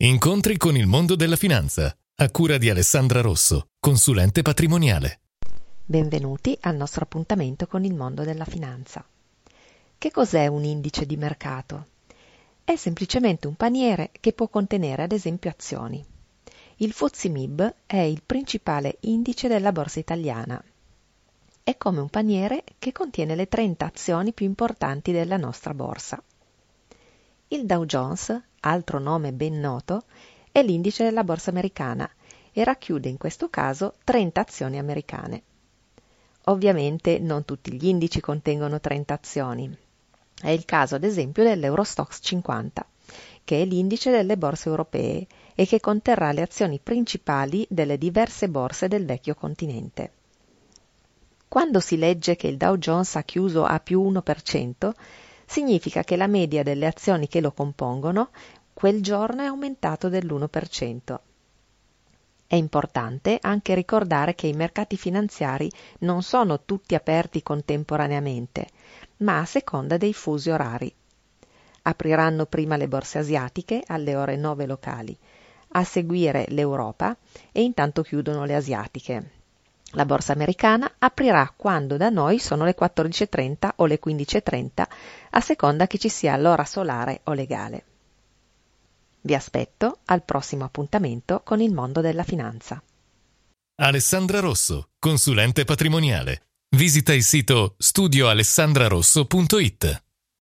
Incontri con il mondo della finanza, a cura di Alessandra Rosso, consulente patrimoniale. Benvenuti al nostro appuntamento con il mondo della finanza. Che cos'è un indice di mercato? È semplicemente un paniere che può contenere ad esempio azioni. Il FTSE MIB è il principale indice della borsa italiana. È come un paniere che contiene le 30 azioni più importanti della nostra borsa. Il Dow Jones, altro nome ben noto, è l'indice della borsa americana e racchiude in questo caso 30 azioni americane. Ovviamente non tutti gli indici contengono 30 azioni. È il caso ad esempio dell'Eurostoxx 50, che è l'indice delle borse europee e che conterrà le azioni principali delle diverse borse del vecchio continente. Quando si legge che il Dow Jones ha chiuso a più 1%, significa che la media delle azioni che lo compongono quel giorno è aumentato dell'1%. È importante anche ricordare che i mercati finanziari non sono tutti aperti contemporaneamente, ma a seconda dei fusi orari. Apriranno prima le borse asiatiche alle ore 9 locali, a seguire l'Europa e intanto chiudono le asiatiche. La borsa americana aprirà quando da noi sono le 14.30 o le 15.30, a seconda che ci sia l'ora solare o legale. Vi aspetto al prossimo appuntamento con il mondo della finanza. Alessandra Rosso, consulente patrimoniale. Visita il sito studioalessandrarosso.it.